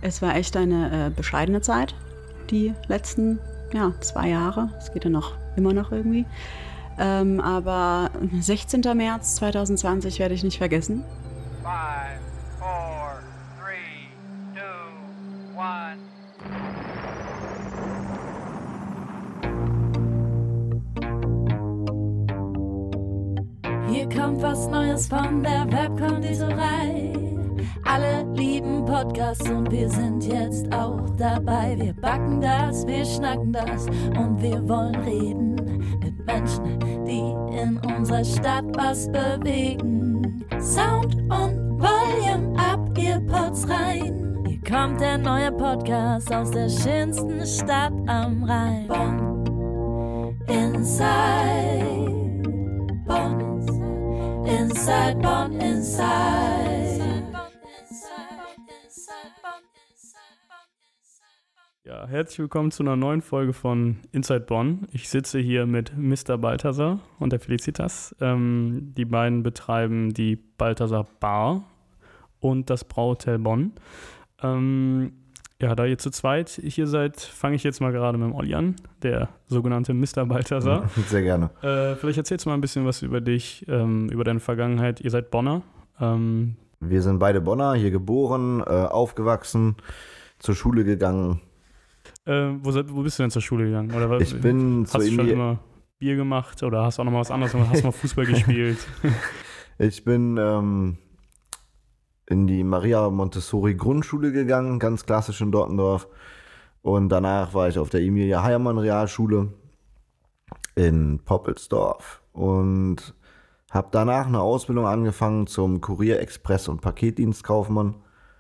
Es war echt eine bescheidene Zeit, die letzten 2 Jahre. Es geht ja immer noch irgendwie. Aber 16. März 2020 werde ich nicht vergessen. 5, 4, 3, 2, 1. Hier kommt was Neues von der Webkonditorei. Alle lieben Podcasts und wir sind jetzt auch dabei. Wir backen das, wir schnacken das und wir wollen reden mit Menschen, die in unserer Stadt was bewegen. Sound und Volume up, ihr Pods rein. Hier kommt der neue Podcast aus der schönsten Stadt am Rhein. Bonn, Inside Bonn, Inside Bonn, Inside. Ja, herzlich willkommen zu einer neuen Folge von Inside Bonn. Ich sitze hier mit Mr. Balthasar und der Felicitas. Die beiden betreiben die Balthasar Bar und das Brauhotel Bonn. Da ihr zu zweit hier seid, fange ich jetzt mal gerade mit dem Olli an, der sogenannte Mr. Balthasar. Sehr gerne. Vielleicht erzählst du mal ein bisschen was über dich, über deine Vergangenheit. Ihr seid Bonner. Wir sind beide Bonner, hier geboren, aufgewachsen, zur Schule gegangen. Wo bist du denn zur Schule gegangen? Oder Ich bin hast du schon immer Bier gemacht oder hast du auch noch mal was anderes gemacht? Hast du mal Fußball gespielt? Ich bin in die Maria Montessori Grundschule gegangen, ganz klassisch in Dottendorf. Und danach war ich auf der Emilia Heiermann Realschule in Poppelsdorf und habe danach eine Ausbildung angefangen zum Kurier-, Express- und Paketdienstkaufmann.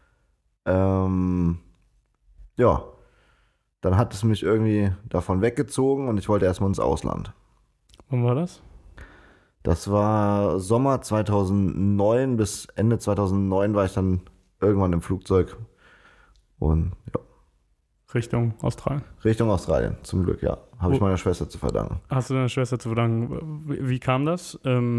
Dann hat es mich irgendwie davon weggezogen und ich wollte erstmal ins Ausland. Wann war das? Das war Sommer 2009, bis Ende 2009 war ich dann irgendwann im Flugzeug. Und ja. Richtung Australien? Richtung Australien, zum Glück, ja. Habe ich meiner Schwester zu verdanken. Hast du deiner Schwester zu verdanken? Wie kam das?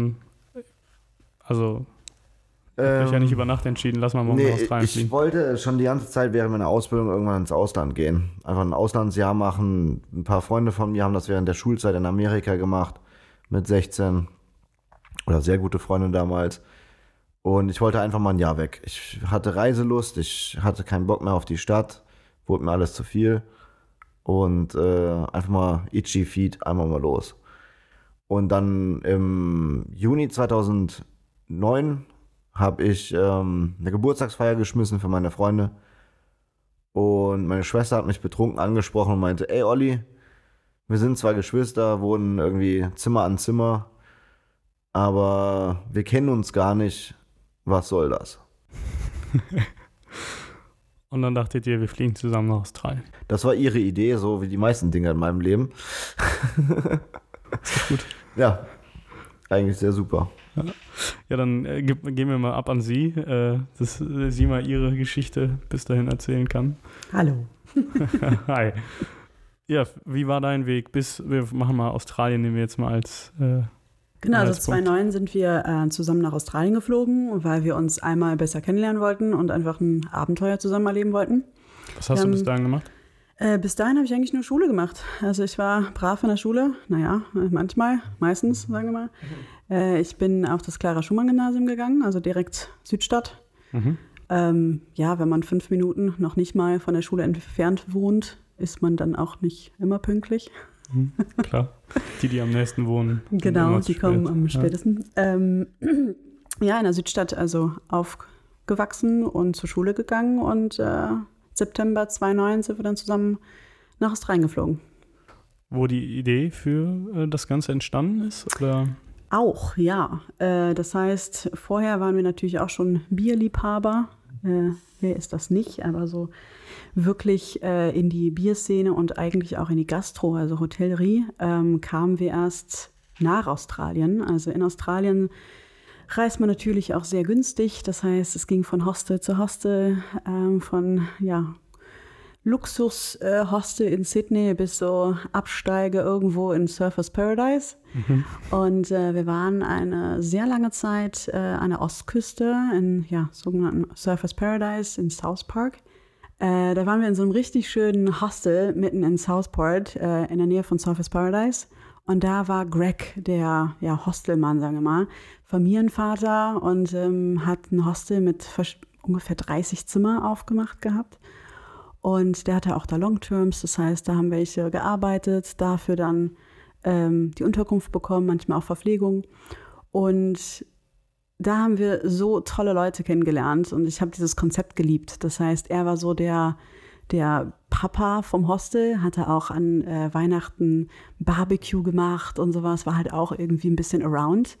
Ich habe ja nicht über Nacht entschieden, lass mal morgen nach Australien fliegen. Ich wollte schon die ganze Zeit während meiner Ausbildung irgendwann ins Ausland gehen. Einfach ein Auslandsjahr machen. Ein paar Freunde von mir haben das während der Schulzeit in Amerika gemacht, mit 16. Oder sehr gute Freunde damals. Und ich wollte einfach mal ein Jahr weg. Ich hatte Reiselust, ich hatte keinen Bock mehr auf die Stadt, wurde mir alles zu viel. Und einfach mal itchy feet, einmal mal los. Und dann im Juni 2009 habe ich eine Geburtstagsfeier geschmissen für meine Freunde. Und meine Schwester hat mich betrunken angesprochen und meinte, ey Olli, wir sind zwar Geschwister, wohnen irgendwie Zimmer an Zimmer, aber wir kennen uns gar nicht. Was soll das? Und dann dachtet ihr, wir fliegen zusammen nach Australien. Das war ihre Idee, so wie die meisten Dinge in meinem Leben. Ist doch gut. Ja, eigentlich sehr super. Ja, dann gehen wir mal ab an Sie, dass sie mal ihre Geschichte bis dahin erzählen kann. Hallo. Hi. Ja, wie war dein Weg wir machen mal Australien, nehmen wir jetzt mal als Genau, also 2009 sind wir zusammen nach Australien geflogen, weil wir uns einmal besser kennenlernen wollten und einfach ein Abenteuer zusammen erleben wollten. Was hast du bis dahin gemacht? Bis dahin habe ich eigentlich nur Schule gemacht. Also ich war brav in der Schule, meistens, sagen wir mal. Ich bin auf das Clara-Schumann-Gymnasium gegangen, also direkt Südstadt. Mhm. Wenn man 5 Minuten noch nicht mal von der Schule entfernt wohnt, ist man dann auch nicht immer pünktlich. Klar, die am nächsten wohnen. Genau, die kommen am spätesten. In der Südstadt also aufgewachsen und zur Schule gegangen und September 2009 sind wir dann zusammen nach Australien geflogen. Wo die Idee für das Ganze entstanden ist? Oder? Auch, ja. Das heißt, vorher waren wir natürlich auch schon Bierliebhaber. Wer ist das nicht? Aber so wirklich in die Bierszene und eigentlich auch in die Gastro, also Hotellerie, kamen wir erst nach Australien. Also in Australien reist man natürlich auch sehr günstig. Das heißt, es ging von Hostel zu Hostel, von Luxus-Hostel in Sydney bis so Absteige irgendwo in Surfers Paradise. Mhm. Und wir waren eine sehr lange Zeit an der Ostküste in sogenannten Surfers Paradise in South Park. Da waren wir in so einem richtig schönen Hostel mitten in Southport, in der Nähe von Surfers Paradise. Und da war Greg, der Hostelmann, sagen wir mal, Familienvater und hat ein Hostel mit ungefähr 30 Zimmer aufgemacht gehabt. Und der hatte auch da Longterms, das heißt, da haben welche gearbeitet, dafür dann die Unterkunft bekommen, manchmal auch Verpflegung. Und da haben wir so tolle Leute kennengelernt und ich habe dieses Konzept geliebt. Das heißt, er war so der Papa vom Hostel, hatte auch an Weihnachten Barbecue gemacht und sowas, war halt auch irgendwie ein bisschen around.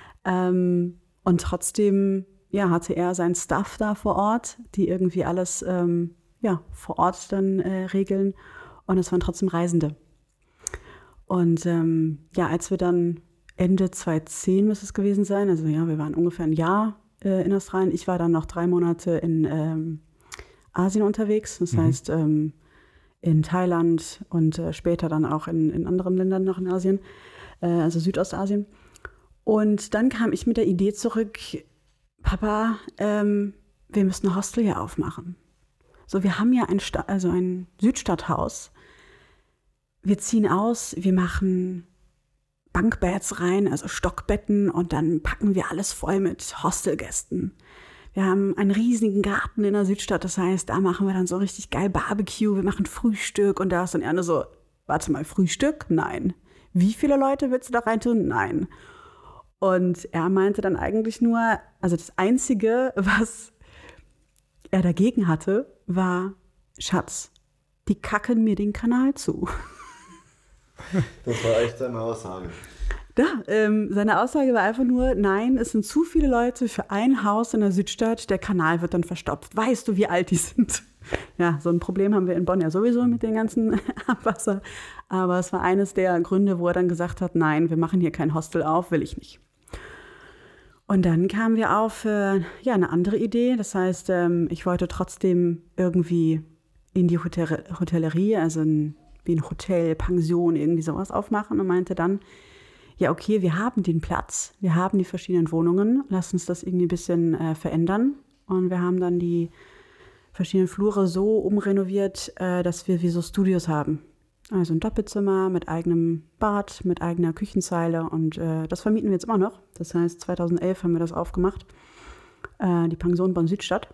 Und trotzdem, hatte er seinen Staff da vor Ort, die irgendwie alles, vor Ort dann regeln. Und es waren trotzdem Reisende. Und als wir dann Ende 2010 müsste es gewesen sein, also wir waren ungefähr ein Jahr in Australien. Ich war dann noch 3 Monate in Asien unterwegs, das heißt in Thailand und später dann auch in anderen Ländern noch in Asien, also Südostasien. Und dann kam ich mit der Idee zurück, Papa, wir müssen ein Hostel hier aufmachen. So, wir haben ja ein Südstadthaus. Wir ziehen aus, wir machen Bankbeds rein, also Stockbetten, und dann packen wir alles voll mit Hostelgästen. Wir haben einen riesigen Garten in der Südstadt, das heißt, da machen wir dann so richtig geil Barbecue, wir machen Frühstück und da ist dann Erne so, warte mal, Frühstück? Nein. Wie viele Leute willst du da reintun? Nein. Und er meinte dann eigentlich nur, also das Einzige, was er dagegen hatte, war, Schatz, die kacken mir den Kanal zu. Das war echt seine Aussage. Seine Aussage war einfach nur, nein, es sind zu viele Leute für ein Haus in der Südstadt, der Kanal wird dann verstopft. Weißt du, wie alt die sind? Ja, so ein Problem haben wir in Bonn ja sowieso mit dem ganzen Abwasser. Aber es war eines der Gründe, wo er dann gesagt hat, nein, wir machen hier kein Hostel auf, will ich nicht. Und dann kamen wir auf eine andere Idee. Das heißt, ich wollte trotzdem irgendwie in die Hotellerie, also wie ein Hotel, Pension, irgendwie sowas aufmachen und meinte dann, ja okay, wir haben den Platz, wir haben die verschiedenen Wohnungen, lass uns das irgendwie ein bisschen verändern. Und wir haben dann die verschiedenen Flure so umrenoviert, dass wir wie so Studios haben. Also ein Doppelzimmer mit eigenem Bad, mit eigener Küchenzeile und das vermieten wir jetzt immer noch. Das heißt, 2011 haben wir das aufgemacht, die Pension Bonn Südstadt.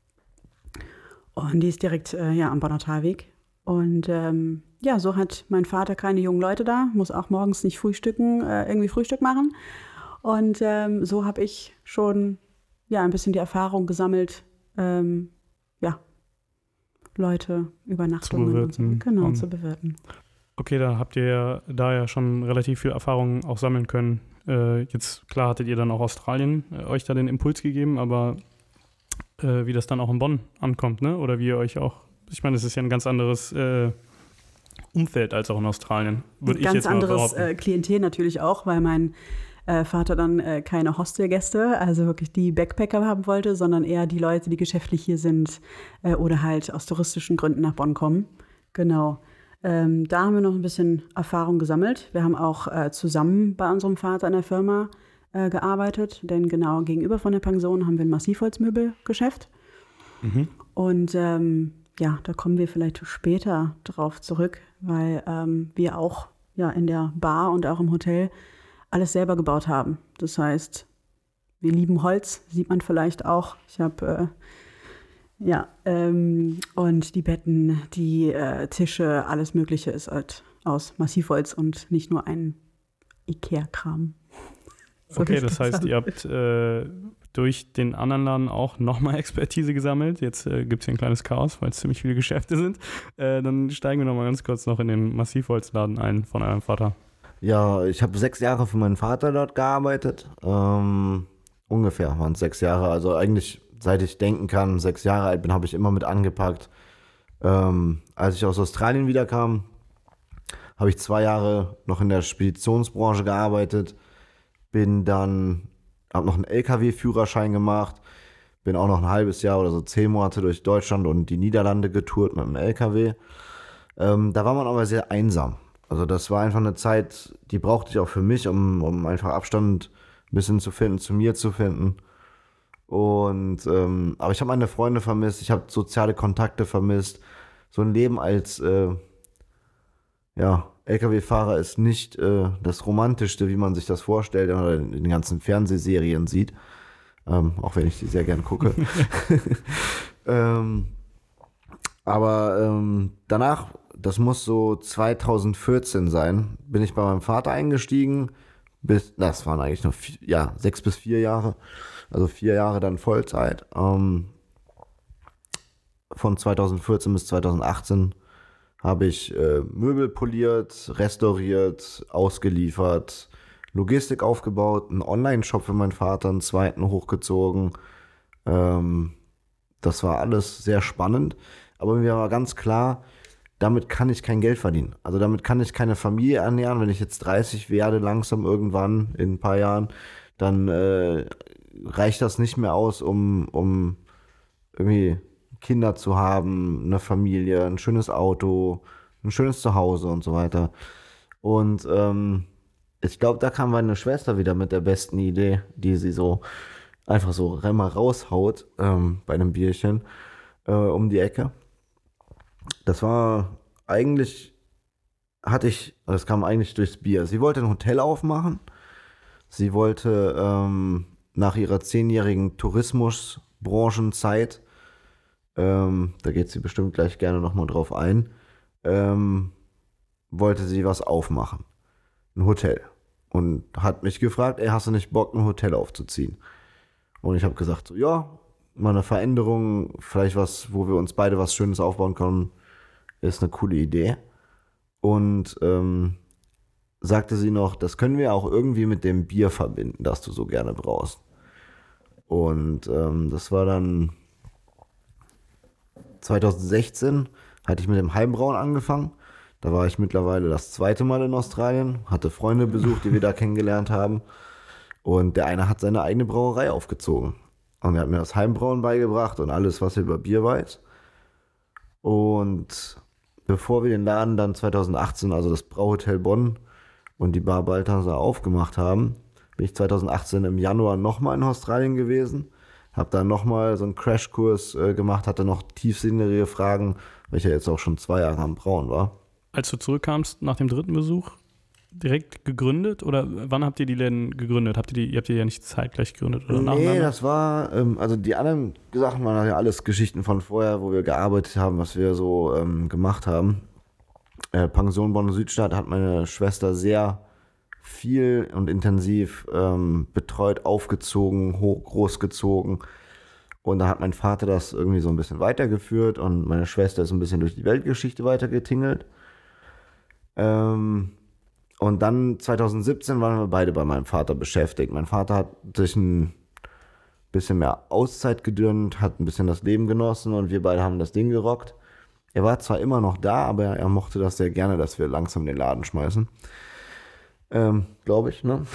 Und die ist direkt am Bonner Talweg. Und so hat mein Vater keine jungen Leute da, muss auch morgens nicht frühstücken, irgendwie Frühstück machen. Und so habe ich schon ein bisschen die Erfahrung gesammelt, Leute, Übernachtungen und so, genau, zu bewirten. Okay, da habt ihr ja schon relativ viel Erfahrung auch sammeln können. Jetzt, klar, hattet ihr dann auch Australien euch da den Impuls gegeben, aber wie das dann auch in Bonn ankommt, ne? Oder wie ihr euch auch, ich meine, es ist ja ein ganz anderes Umfeld als auch in Australien, würde ich jetzt mal behaupten. Ganz anderes Klientel natürlich auch, weil mein Vater dann keine Hostelgäste, also wirklich die Backpacker haben wollte, sondern eher die Leute, die geschäftlich hier sind oder halt aus touristischen Gründen nach Bonn kommen. Genau. Da haben wir noch ein bisschen Erfahrung gesammelt. Wir haben auch zusammen bei unserem Vater in der Firma gearbeitet, denn genau gegenüber von der Pension haben wir ein Massivholzmöbelgeschäft. Mhm. Und da kommen wir vielleicht später drauf zurück, weil wir auch in der Bar und auch im Hotel alles selber gebaut haben. Das heißt, wir lieben Holz, sieht man vielleicht auch. Ich habe, und die Betten, die Tische, alles Mögliche ist halt aus Massivholz und nicht nur ein Ikea-Kram. So okay, das heißt, ihr habt durch den anderen Laden auch nochmal Expertise gesammelt. Jetzt gibt es hier ein kleines Chaos, weil es ziemlich viele Geschäfte sind. Dann steigen wir nochmal ganz kurz noch in den Massivholzladen ein von eurem Vater. Ja, ich habe 6 Jahre für meinen Vater dort gearbeitet. Ungefähr waren es 6 Jahre. Also eigentlich, seit ich denken kann, 6 Jahre alt bin, habe ich immer mit angepackt. Als ich aus Australien wiederkam, habe ich 2 Jahre noch in der Speditionsbranche gearbeitet. Habe noch einen LKW-Führerschein gemacht. Bin auch noch ein halbes Jahr oder so 10 Monate durch Deutschland und die Niederlande getourt mit dem LKW. Da war man aber sehr einsam. Also das war einfach eine Zeit, die brauchte ich auch für mich, um einfach Abstand ein bisschen zu finden, zu mir zu finden. Und aber ich habe meine Freunde vermisst, ich habe soziale Kontakte vermisst. So ein Leben als LKW-Fahrer ist nicht das Romantischste, wie man sich das vorstellt oder in den ganzen Fernsehserien sieht. Auch wenn ich die sehr gern gucke. Aber danach, das muss so 2014 sein, bin ich bei meinem Vater eingestiegen. Das waren eigentlich nur 6 bis 4 Jahre. Also 4 Jahre dann Vollzeit. Von 2014 bis 2018 habe ich Möbel poliert, restauriert, ausgeliefert, Logistik aufgebaut, einen Online-Shop für meinen Vater, einen zweiten hochgezogen. Das war alles sehr spannend. Aber mir war ganz klar, damit kann ich kein Geld verdienen. Also damit kann ich keine Familie ernähren. Wenn ich jetzt 30 werde, langsam irgendwann in ein paar Jahren, dann reicht das nicht mehr aus, um irgendwie Kinder zu haben, eine Familie, ein schönes Auto, ein schönes Zuhause und so weiter. Und ich glaube, da kam meine Schwester wieder mit der besten Idee, die sie so einfach so mal raushaut bei einem Bierchen um die Ecke. Das war eigentlich, das kam eigentlich durchs Bier. Sie wollte ein Hotel aufmachen. Sie wollte nach ihrer 10-jährigen Tourismusbranchenzeit, da geht sie bestimmt gleich gerne nochmal drauf ein, wollte sie was aufmachen. Ein Hotel. Und hat mich gefragt, hast du nicht Bock, ein Hotel aufzuziehen? Und ich habe gesagt, so, ja, mal eine Veränderung, vielleicht was, wo wir uns beide was Schönes aufbauen können, ist eine coole Idee. Und sagte sie noch, das können wir auch irgendwie mit dem Bier verbinden, das du so gerne brauchst. Und das war dann 2016, hatte ich mit dem Heimbrauen angefangen. Da war ich mittlerweile das 2. Mal in Australien, hatte Freunde besucht, die wir da kennengelernt haben. Und der eine hat seine eigene Brauerei aufgezogen. Und er hat mir das Heimbrauen beigebracht und alles, was er über Bier weiß. Und bevor wir den Laden dann 2018, also das Brauhotel Bonn und die Bar Balthasar aufgemacht haben, bin ich 2018 im Januar nochmal in Australien gewesen. Habe da nochmal so einen Crashkurs gemacht, hatte noch tiefsinnige Fragen, weil ich ja jetzt auch schon 2 Jahre am Brauen war. Als du zurückkamst nach dem 3. Besuch, direkt gegründet oder wann habt ihr die Läden gegründet? Ihr habt die ja nicht zeitgleich gegründet oder nacheinander? Nee, das war, also die anderen Sachen waren ja alles Geschichten von vorher, wo wir gearbeitet haben, was wir so gemacht haben. Pension Bonn Südstadt hat meine Schwester sehr viel und intensiv betreut, aufgezogen, großgezogen. Und da hat mein Vater das irgendwie so ein bisschen weitergeführt und meine Schwester ist ein bisschen durch die Weltgeschichte weitergetingelt. Und dann 2017 waren wir beide bei meinem Vater beschäftigt. Mein Vater hat sich ein bisschen mehr Auszeit gegönnt, hat ein bisschen das Leben genossen und wir beide haben das Ding gerockt. Er war zwar immer noch da, aber er mochte das sehr gerne, dass wir langsam den Laden schmeißen. Glaube ich, ne?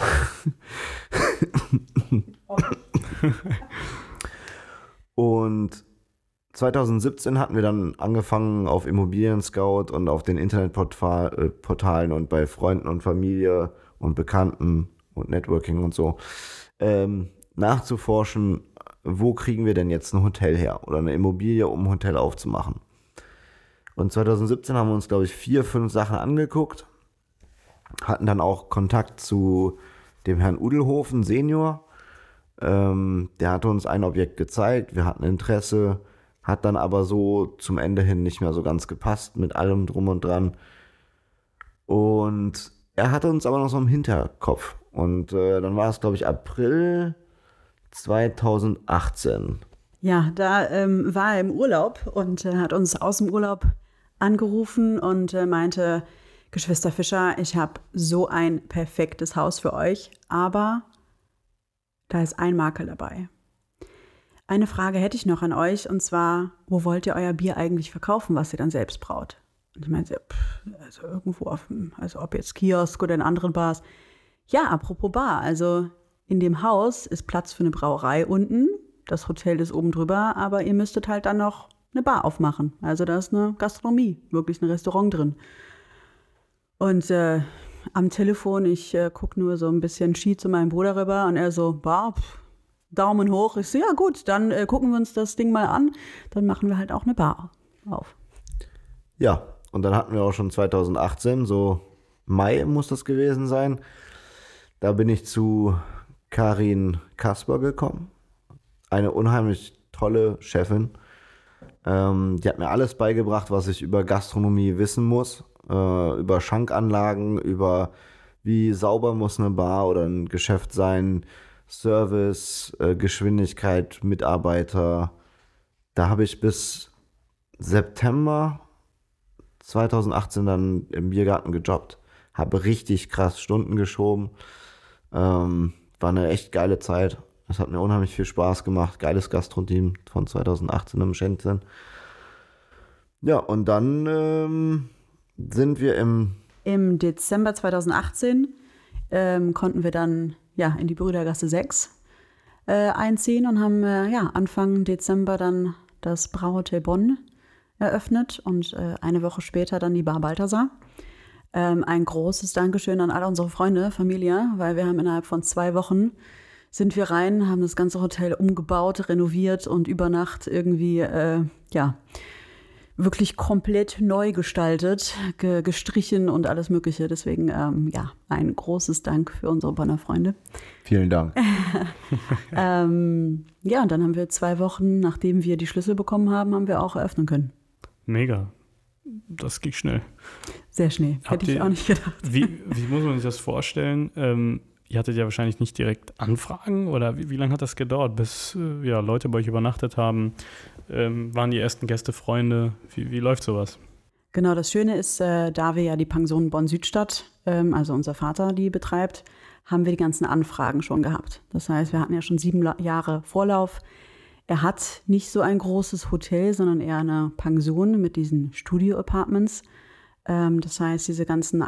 Und 2017 hatten wir dann angefangen auf Immobilien Scout und auf den Internetportalen und bei Freunden und Familie und Bekannten und Networking und so nachzuforschen, wo kriegen wir denn jetzt ein Hotel her oder eine Immobilie, um ein Hotel aufzumachen. Und 2017 haben wir uns, glaube ich, 4, 5 Sachen angeguckt, hatten dann auch Kontakt zu dem Herrn Udelhofen Senior. Der hatte uns ein Objekt gezeigt, wir hatten Interesse, hat dann aber so zum Ende hin nicht mehr so ganz gepasst mit allem drum und dran. Und er hatte uns aber noch so im Hinterkopf. Und dann war es, glaube ich, April 2018. Ja, da war er im Urlaub und hat uns aus dem Urlaub angerufen und meinte, Geschwister Fischer, ich habe so ein perfektes Haus für euch, aber da ist ein Makel dabei. Eine Frage hätte ich noch an euch, und zwar, wo wollt ihr euer Bier eigentlich verkaufen, was ihr dann selbst braut? Und ich meinte, also irgendwo also ob jetzt Kiosk oder in anderen Bars. Ja, apropos Bar, also in dem Haus ist Platz für eine Brauerei unten, das Hotel ist oben drüber, aber ihr müsstet halt dann noch eine Bar aufmachen. Also da ist eine Gastronomie, wirklich ein Restaurant drin. Und am Telefon, ich gucke nur so ein bisschen schied zu meinem Bruder rüber und er so, Bar, Daumen hoch. Ich so, ja gut, dann gucken wir uns das Ding mal an. Dann machen wir halt auch eine Bar auf. Ja, und dann hatten wir auch schon 2018, so Mai muss das gewesen sein. Da bin ich zu Karin Kasper gekommen. Eine unheimlich tolle Chefin. Die hat mir alles beigebracht, was ich über Gastronomie wissen muss. Über Schankanlagen, über wie sauber muss eine Bar oder ein Geschäft sein, Service, Geschwindigkeit, Mitarbeiter. Da habe ich bis September 2018 dann im Biergarten gejobbt. Habe richtig krass Stunden geschoben. War eine echt geile Zeit. Es hat mir unheimlich viel Spaß gemacht. Geiles Gastro-Team von 2018 im Shenzhen. Ja, und dann sind wir Im Dezember 2018 konnten wir dann in die Brüdergasse 6 einziehen und haben Anfang Dezember dann das Brauhotel Bonn eröffnet und eine Woche später dann die Bar Balthasar. Ein großes Dankeschön an alle unsere Freunde, Familie, weil wir haben innerhalb von 2 Wochen sind wir rein, haben das ganze Hotel umgebaut, renoviert und über Nacht irgendwie, wirklich komplett neu gestaltet, gestrichen und alles Mögliche. Deswegen, ein großes Dank für unsere Bonner Freunde. Vielen Dank. Und dann haben wir 2 Wochen, nachdem wir die Schlüssel bekommen haben, haben wir auch eröffnen können. Mega. Das ging schnell. Sehr schnell. Hätte ich auch nicht gedacht. Wie muss man sich das vorstellen? Ihr hattet ja wahrscheinlich nicht direkt Anfragen oder wie lange hat das gedauert, bis Leute bei euch übernachtet haben? Waren die ersten Gäste Freunde? Wie läuft sowas? Genau, das Schöne ist, da wir ja die Pension Bonn-Südstadt, also unser Vater die betreibt, haben wir die ganzen Anfragen schon gehabt. Das heißt, wir hatten ja schon 7 Jahre Vorlauf. Er hat nicht so ein großes Hotel, sondern eher eine Pension mit diesen Studio-Apartments. Das heißt, diese ganzen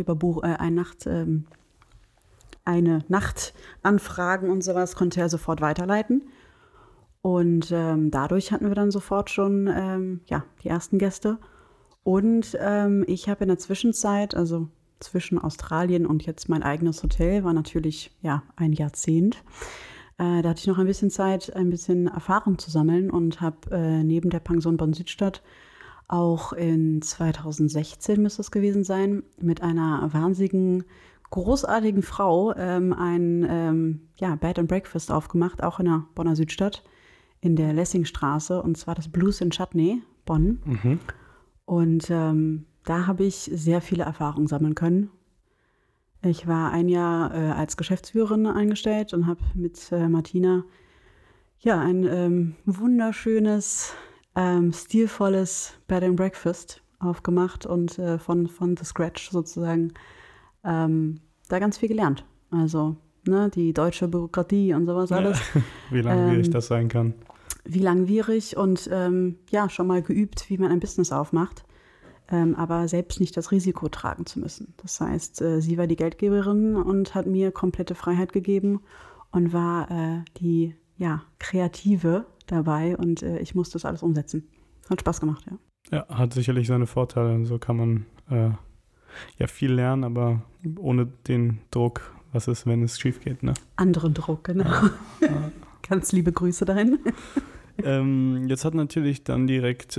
Eine-Nacht-Anfragen und sowas konnte er sofort weiterleiten. Und dadurch hatten wir dann sofort schon die ersten Gäste. Und ich habe in der Zwischenzeit, also zwischen Australien und jetzt mein eigenes Hotel, war natürlich ein Jahrzehnt. Da hatte ich noch ein bisschen Zeit, ein bisschen Erfahrung zu sammeln und habe neben der Pension Bonn-Südstadt auch in 2016 müsste es gewesen sein, mit einer wahnsinnigen, großartigen Frau ein Bed and Breakfast aufgemacht, auch in der Bonner Südstadt, in der Lessingstraße, und zwar das Blues in Chutney, Bonn. Mhm. Und da habe ich sehr viele Erfahrungen sammeln können. Ich war ein Jahr als Geschäftsführerin eingestellt und habe mit Martina ein wunderschönes, stilvolles Bed and Breakfast aufgemacht und von the scratch sozusagen da ganz viel gelernt. Also die deutsche Bürokratie und sowas alles. Wie langwierig das sein kann. Wie langwierig und schon mal geübt, wie man ein Business aufmacht. Aber selbst nicht das Risiko tragen zu müssen. Das heißt, sie war die Geldgeberin und hat mir komplette Freiheit gegeben und war die Kreative dabei und ich musste das alles umsetzen. Hat Spaß gemacht, ja. Ja, hat sicherlich seine Vorteile. So kann man viel lernen, aber ohne den Druck, was ist, wenn es schief geht, ne? Anderen Druck, genau. Ganz liebe Grüße dahin. Jetzt hat natürlich dann direkt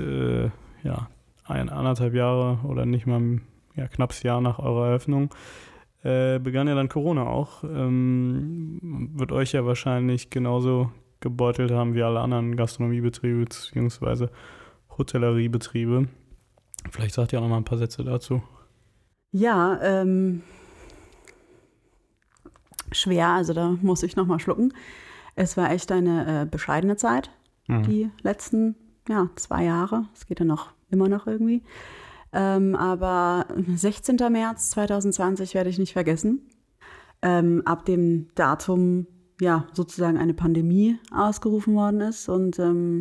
1,5 Jahre oder nicht mal knappes Jahr nach eurer Eröffnung begann ja dann Corona auch. Wird euch ja wahrscheinlich genauso gebeutelt haben wie alle anderen Gastronomiebetriebe bzw. Hotelleriebetriebe. Vielleicht sagt ihr auch noch mal ein paar Sätze dazu. Ja, schwer, also da muss ich noch mal schlucken. Es war echt eine bescheidene Zeit, die letzten 2 Jahre. Es geht ja immer noch irgendwie. Aber 16. März 2020 werde ich nicht vergessen. Ab dem Datum sozusagen eine Pandemie ausgerufen worden ist und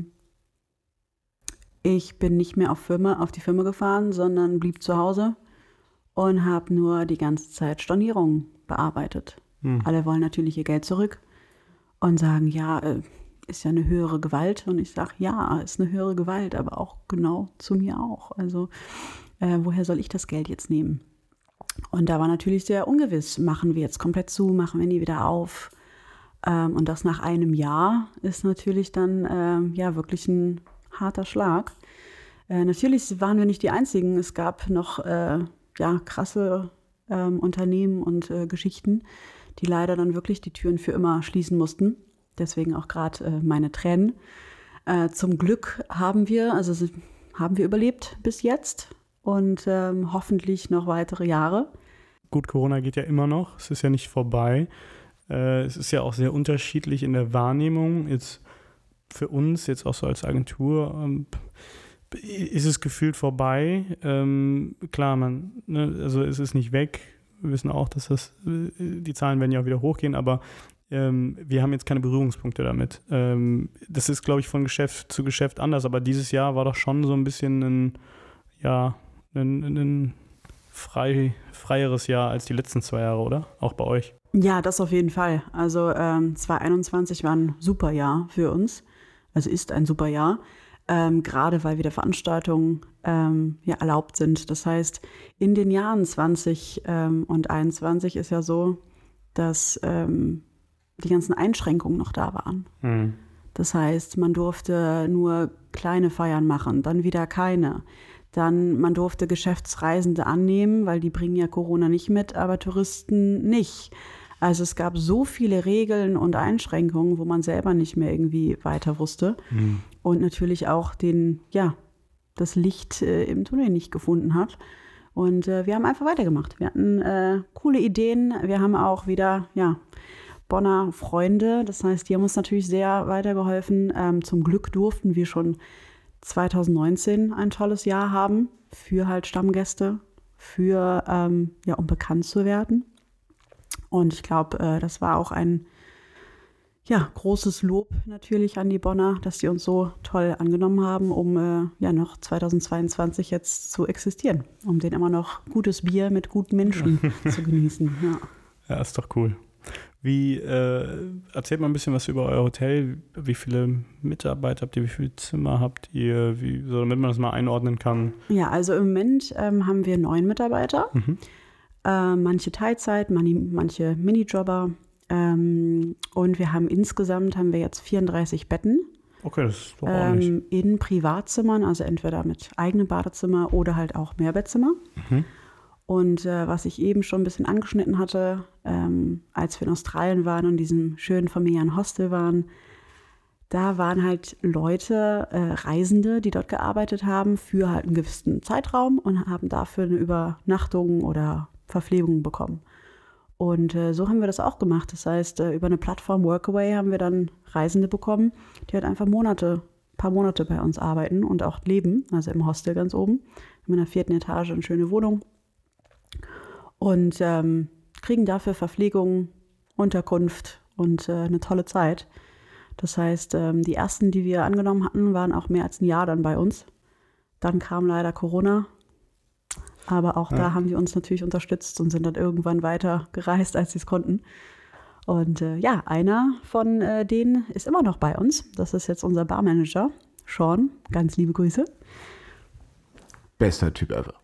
ich bin nicht mehr auf die Firma gefahren, sondern blieb zu Hause und habe nur die ganze Zeit Stornierungen bearbeitet. Alle wollen natürlich ihr Geld zurück und sagen, ist ja eine höhere Gewalt. Und ich sage, ja, ist eine höhere Gewalt, aber auch genau zu mir auch. Also woher soll ich das Geld jetzt nehmen? Und da war natürlich sehr ungewiss, machen wir jetzt komplett zu, machen wir nie wieder auf. Und das nach einem Jahr ist natürlich dann wirklich ein harter Schlag. Natürlich waren wir nicht die Einzigen. Es gab noch krasse Unternehmen und Geschichten, die leider dann wirklich die Türen für immer schließen mussten. Deswegen auch gerade meine Tränen. Zum Glück haben wir überlebt bis jetzt und hoffentlich noch weitere Jahre. Gut, Corona geht ja immer noch. Es ist ja nicht vorbei. Es ist ja auch sehr unterschiedlich in der Wahrnehmung. Jetzt für uns, jetzt auch so als Agentur, ist es gefühlt vorbei. Klar, also es ist nicht weg. Wir wissen auch, dass die Zahlen werden ja auch wieder hochgehen, aber wir haben jetzt keine Berührungspunkte damit. Das ist, glaube ich, von Geschäft zu Geschäft anders, aber dieses Jahr war doch schon so ein bisschen ein freieres Jahr als die letzten 2 Jahre, oder? Auch bei euch? Ja, das auf jeden Fall. Also 2021 war ein super Jahr für uns. Also ist ein super Jahr. Gerade weil wieder Veranstaltungen erlaubt sind. Das heißt, in den Jahren 20 und 21 ist ja so, dass die ganzen Einschränkungen noch da waren. Mhm. Das heißt, man durfte nur kleine Feiern machen, dann wieder keine. Dann man durfte Geschäftsreisende annehmen, weil die bringen ja Corona nicht mit, aber Touristen nicht. Also es gab so viele Regeln und Einschränkungen, wo man selber nicht mehr irgendwie weiter wusste. Mhm. Und natürlich auch das Licht im Tunnel nicht gefunden hat. Und wir haben einfach weitergemacht. Wir hatten coole Ideen. Wir haben auch wieder, Bonner Freunde. Das heißt, die haben uns natürlich sehr weitergeholfen. Zum Glück durften wir schon 2019 ein tolles Jahr haben für halt Stammgäste, um bekannt zu werden. Und ich glaube, das war auch ein großes Lob natürlich an die Bonner, dass sie uns so toll angenommen haben, um noch 2022 jetzt zu existieren, um den immer noch gutes Bier mit guten Menschen zu genießen. Ja, ist doch cool. Erzählt mal ein bisschen was über euer Hotel. Wie viele Mitarbeiter habt ihr, wie viele Zimmer habt ihr, so damit man das mal einordnen kann? Ja, also im Moment haben wir 9 Mitarbeiter. Mhm. Manche Teilzeit, manche Minijobber. Und wir haben insgesamt jetzt 34 Betten. Okay, das ist doch ordentlich. In Privatzimmern, also entweder mit eigenem Badezimmer oder halt auch Mehrbettzimmer. Mhm. Und was ich eben schon ein bisschen angeschnitten hatte, als wir in Australien waren und in diesem schönen familiären Hostel waren, da waren halt Leute, Reisende, die dort gearbeitet haben für halt einen gewissen Zeitraum und haben dafür eine Übernachtung oder Verpflegung bekommen. Und so haben wir das auch gemacht. Das heißt, über eine Plattform Workaway haben wir dann Reisende bekommen, die halt einfach ein paar Monate bei uns arbeiten und auch leben, also im Hostel ganz oben. Wir haben in der 4. Etage eine schöne Wohnung. Und kriegen dafür Verpflegung, Unterkunft und eine tolle Zeit. Das heißt, die ersten, die wir angenommen hatten, waren auch mehr als ein Jahr dann bei uns. Dann kam leider Corona. Aber auch da haben die uns natürlich unterstützt und sind dann irgendwann weiter gereist, als sie es konnten. Und einer von denen ist immer noch bei uns. Das ist jetzt unser Barmanager, Sean. Ganz liebe Grüße. Bester Typ ever.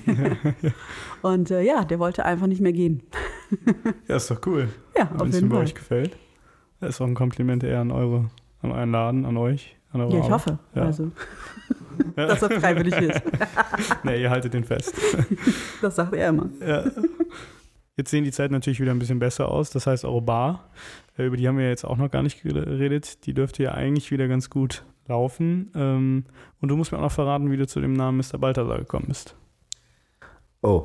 Und der wollte einfach nicht mehr gehen. Ja, ist doch cool. Ja, auf jeden Fall. Wenn es bei euch gefällt. Das ist auch ein Kompliment eher an euren Laden, an euch. An eure ich Arbeit. hoffe. Ja. Also, dass er freiwillig ist. Nee, ihr haltet den fest. Das sagt er immer. Ja. Jetzt sehen die Zeiten natürlich wieder ein bisschen besser aus. Das heißt, eure Bar, über die haben wir jetzt auch noch gar nicht geredet, die dürfte ja eigentlich wieder ganz gut laufen. Und du musst mir auch noch verraten, wie du zu dem Namen Mr. Balthasar gekommen bist. Oh.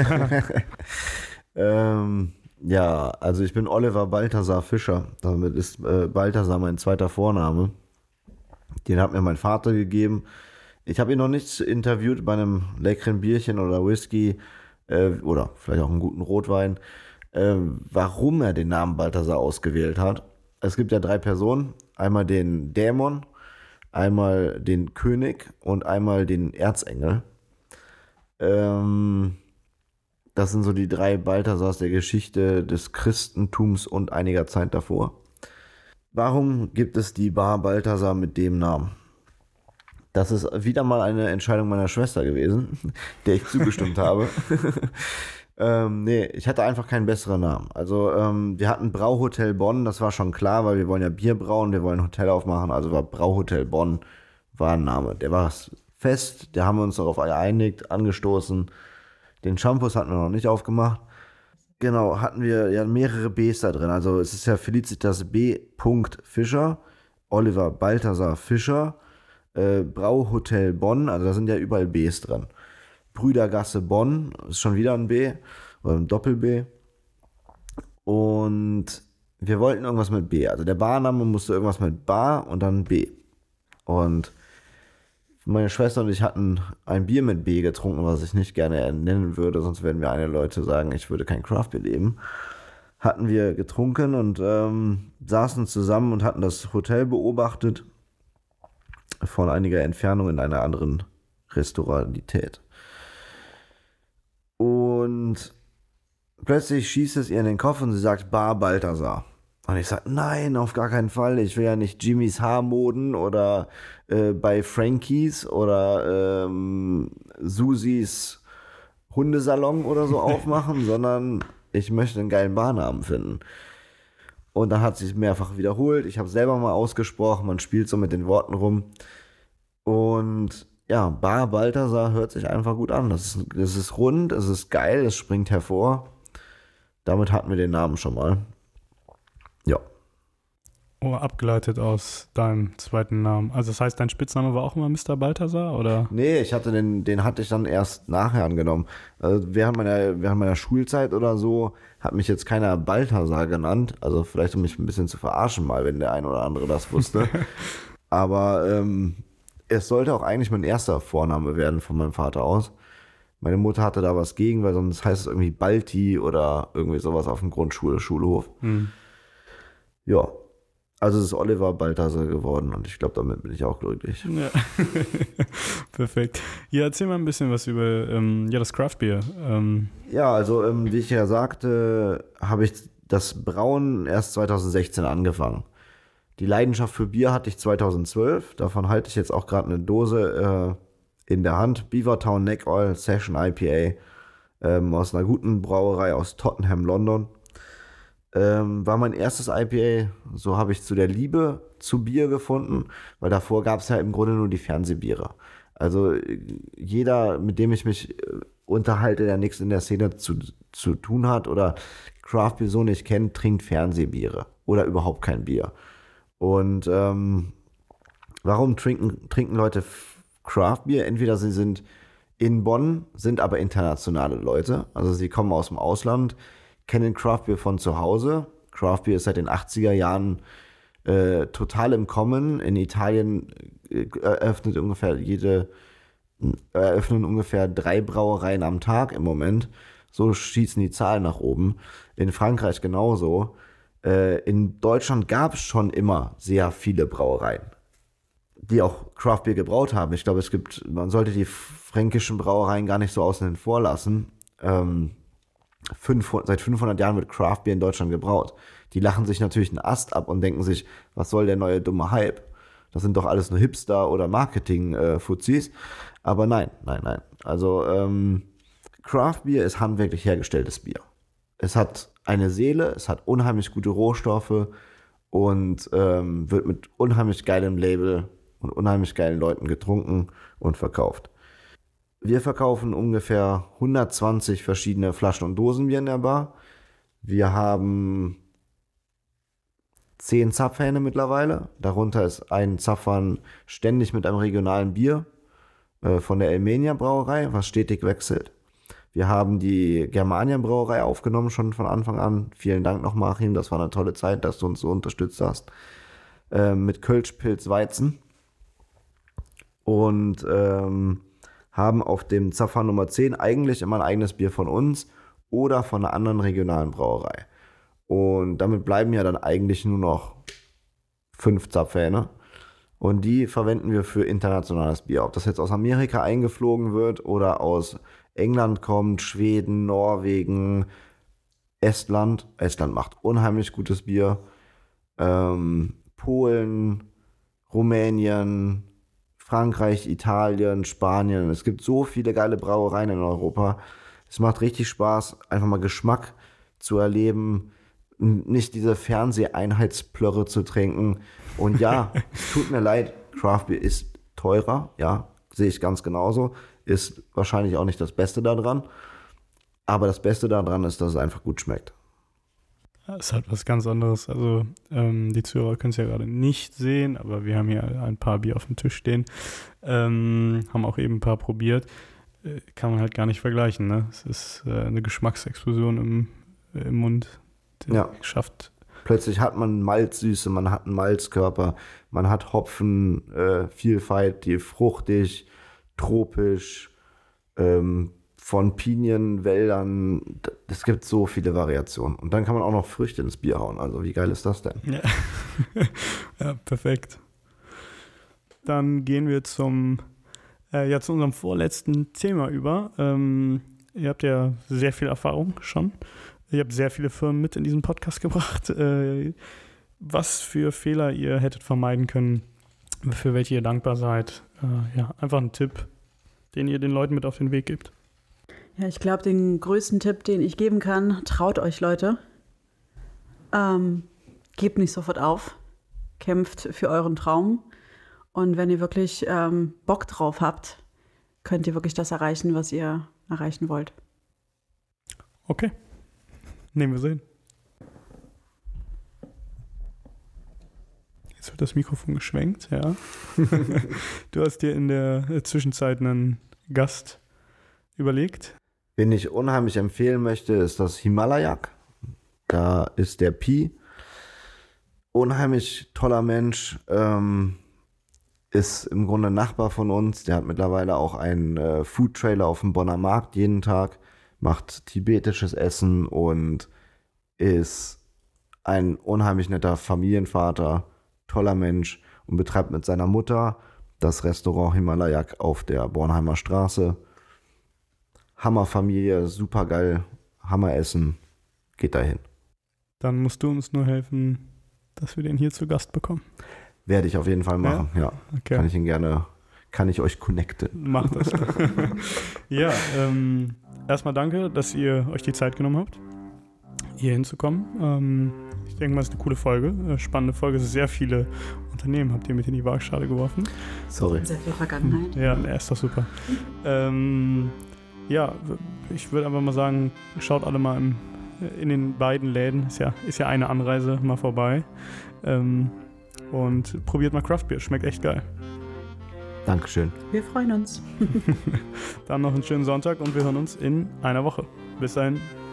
Also ich bin Oliver Balthasar Fischer. Damit ist Balthasar mein zweiter Vorname. Den hat mir mein Vater gegeben. Ich habe ihn noch nicht interviewt bei einem leckeren Bierchen oder Whisky oder vielleicht auch einen guten Rotwein, warum er den Namen Balthasar ausgewählt hat. Es gibt ja 3 Personen. Einmal den Dämon, einmal den König und einmal den Erzengel. Das sind so die 3 Balthasars der Geschichte des Christentums und einiger Zeit davor. Warum gibt es die Bar Balthasar mit dem Namen? Das ist wieder mal eine Entscheidung meiner Schwester gewesen, der ich zugestimmt habe. Nee, ich hatte einfach keinen besseren Namen. Also wir hatten Brauhotel Bonn, das war schon klar, weil wir wollen ja Bier brauen, wir wollen ein Hotel aufmachen, also war Brauhotel Bonn war ein Name. Der war fest, da haben wir uns darauf geeinigt, angestoßen. Den Shampoos hatten wir noch nicht aufgemacht. Genau, hatten wir ja mehrere Bs da drin. Also es ist ja Felicitas B. Fischer, Oliver Balthasar Fischer, Brauhotel Bonn, also da sind ja überall Bs drin. Brüdergasse Bonn, ist schon wieder ein B, oder ein Doppel-B. Und wir wollten irgendwas mit B. Also der Barname musste irgendwas mit Bar und dann B. Und meine Schwester und ich hatten ein Bier mit B getrunken, was ich nicht gerne nennen würde, sonst werden mir einige Leute sagen, ich würde kein Craftbier nehmen. Hatten wir getrunken und saßen zusammen und hatten das Hotel beobachtet von einiger Entfernung in einer anderen Restaurantität. Und plötzlich schießt es ihr in den Kopf und sie sagt Bar Balthasar. Und ich sage, nein, auf gar keinen Fall. Ich will ja nicht Jimmys Haarmoden oder bei Frankies oder Susis Hundesalon oder so aufmachen, sondern ich möchte einen geilen Barnamen finden. Und dann hat sie es mehrfach wiederholt. Ich habe es selber mal ausgesprochen. Man spielt so mit den Worten rum. Und ja, Bar Balthasar hört sich einfach gut an. Das ist rund, es ist geil, es springt hervor. Damit hatten wir den Namen schon mal. Ja. Oh, abgeleitet aus deinem zweiten Namen. Also das heißt, dein Spitzname war auch immer Mr. Balthasar, oder? Nee, den hatte ich dann erst nachher angenommen. Also während meiner Schulzeit oder so hat mich jetzt keiner Balthasar genannt. Also vielleicht, um mich ein bisschen zu verarschen mal, wenn der ein oder andere das wusste. Aber es sollte auch eigentlich mein erster Vorname werden von meinem Vater aus. Meine Mutter hatte da was gegen, weil sonst heißt es irgendwie Balti oder irgendwie sowas auf dem Schulhof. Ja, also es ist Oliver Balthasar geworden und ich glaube, damit bin ich auch glücklich. Ja. Perfekt. Ja, erzähl mal ein bisschen was über das Craftbier. Ja, also wie ich ja sagte, habe ich das Brauen erst 2016 angefangen. Die Leidenschaft für Bier hatte ich 2012. Davon halte ich jetzt auch gerade eine Dose in der Hand. Beavertown Neck Oil Session IPA aus einer guten Brauerei aus Tottenham, London. War mein erstes IPA. So habe ich zu der Liebe zu Bier gefunden, weil davor gab es ja im Grunde nur die Fernsehbiere. Also jeder, mit dem ich mich unterhalte, der nichts in der Szene zu tun hat oder Craftbier so nicht kennt, trinkt Fernsehbiere oder überhaupt kein Bier. Und warum trinken Leute Craftbier? Entweder sie sind in Bonn, sind aber internationale Leute. Also sie kommen aus dem Ausland, kennen Craftbier von zu Hause. Craftbier ist seit den 80er Jahren total im Kommen. In Italien eröffnen ungefähr 3 Brauereien am Tag im Moment. So schießen die Zahlen nach oben. In Frankreich genauso. In Deutschland gab es schon immer sehr viele Brauereien, die auch Craftbier gebraut haben. Ich glaube, man sollte die fränkischen Brauereien gar nicht so außen vor lassen. Seit 500 Jahren wird Craftbier in Deutschland gebraut. Die lachen sich natürlich einen Ast ab und denken sich, was soll der neue dumme Hype? Das sind doch alles nur Hipster oder Marketing-Fuzis. Aber nein. Also Craftbier ist handwerklich hergestelltes Bier. Es hat eine Seele, es hat unheimlich gute Rohstoffe und wird mit unheimlich geilem Label und unheimlich geilen Leuten getrunken und verkauft. Wir verkaufen ungefähr 120 verschiedene Flaschen und Dosenbier in der Bar. Wir haben 10 Zapfhähne mittlerweile. Darunter ist ein Zapfhahn ständig mit einem regionalen Bier von der Elmenia Brauerei, was stetig wechselt. Wir haben die Germania Brauerei aufgenommen, schon von Anfang an. Vielen Dank noch, Achim, das war eine tolle Zeit, dass du uns so unterstützt hast. Mit Kölsch, Pilz, Weizen. Und haben auf dem Zapfhahn Nummer 10 eigentlich immer ein eigenes Bier von uns oder von einer anderen regionalen Brauerei. Und damit bleiben ja dann eigentlich nur noch 5 Zapfhähne. Und die verwenden wir für internationales Bier. Ob das jetzt aus Amerika eingeflogen wird oder aus England kommt, Schweden, Norwegen, Estland. Estland macht unheimlich gutes Bier. Polen, Rumänien, Frankreich, Italien, Spanien. Es gibt so viele geile Brauereien in Europa. Es macht richtig Spaß, einfach mal Geschmack zu erleben, nicht diese Fernseheinheitsplörre zu trinken. Und ja, es tut mir leid, Craft Beer ist teurer, ja, sehe ich ganz genauso. Ist wahrscheinlich auch nicht das Beste daran. Aber das Beste daran ist, dass es einfach gut schmeckt. Das ist halt was ganz anderes. Also die Zuhörer können es ja gerade nicht sehen, aber wir haben hier ein paar Bier auf dem Tisch stehen. Haben auch eben ein paar probiert. Kann man halt gar nicht vergleichen. Ne? Es ist eine Geschmacksexplosion im Mund. Ja. Schafft. Plötzlich hat man Malzsüße, man hat einen Malzkörper, man hat Hopfenvielfalt, die fruchtig, tropisch, von Pinienwäldern. Es gibt so viele Variationen. Und dann kann man auch noch Früchte ins Bier hauen. Also wie geil ist das denn? Ja, ja, perfekt. Dann gehen wir zu unserem vorletzten Thema über. Ihr habt ja sehr viel Erfahrung schon. Ihr habt sehr viele Firmen mit in diesen Podcast gebracht. Was für Fehler ihr hättet vermeiden können, für welche ihr dankbar seid. Ja, einfach ein Tipp, den ihr den Leuten mit auf den Weg gebt. Ja, ich glaube, den größten Tipp, den ich geben kann, traut euch, Leute. Gebt nicht sofort auf. Kämpft für euren Traum. Und wenn ihr wirklich Bock drauf habt, könnt ihr wirklich das erreichen, was ihr erreichen wollt. Okay. Nehmen wir sehen. Jetzt wird das Mikrofon geschwenkt, ja. Du hast dir in der Zwischenzeit einen Gast überlegt. Wen ich unheimlich empfehlen möchte, ist das Himalayak. Da ist der Pi. Unheimlich toller Mensch. Ist im Grunde Nachbar von uns. Der hat mittlerweile auch einen Food-Trailer auf dem Bonner Markt jeden Tag. Macht tibetisches Essen und ist ein unheimlich netter Familienvater, toller Mensch und betreibt mit seiner Mutter das Restaurant Himalayak auf der Bornheimer Straße. Hammerfamilie, super geil, Hammeressen, geht dahin. Dann musst du uns nur helfen, dass wir den hier zu Gast bekommen. Werde ich auf jeden Fall machen, ja. Okay. Kann ich euch connecten. Macht das. Ja, erstmal danke, dass ihr euch die Zeit genommen habt, hier hinzukommen. Ich denke mal, es ist eine coole Folge, spannende Folge. Sehr viele Unternehmen habt ihr mit in die Waagschale geworfen. Sorry. Sehr viel Vergangenheit. Ja, ist doch super. Ja, ich würde einfach mal sagen, schaut alle mal in den beiden Läden. Ist ja eine Anreise mal vorbei. Und probiert mal Craft Beer. Schmeckt echt geil. Dankeschön. Wir freuen uns. Dann noch einen schönen Sonntag und wir hören uns in einer Woche. Bis dahin.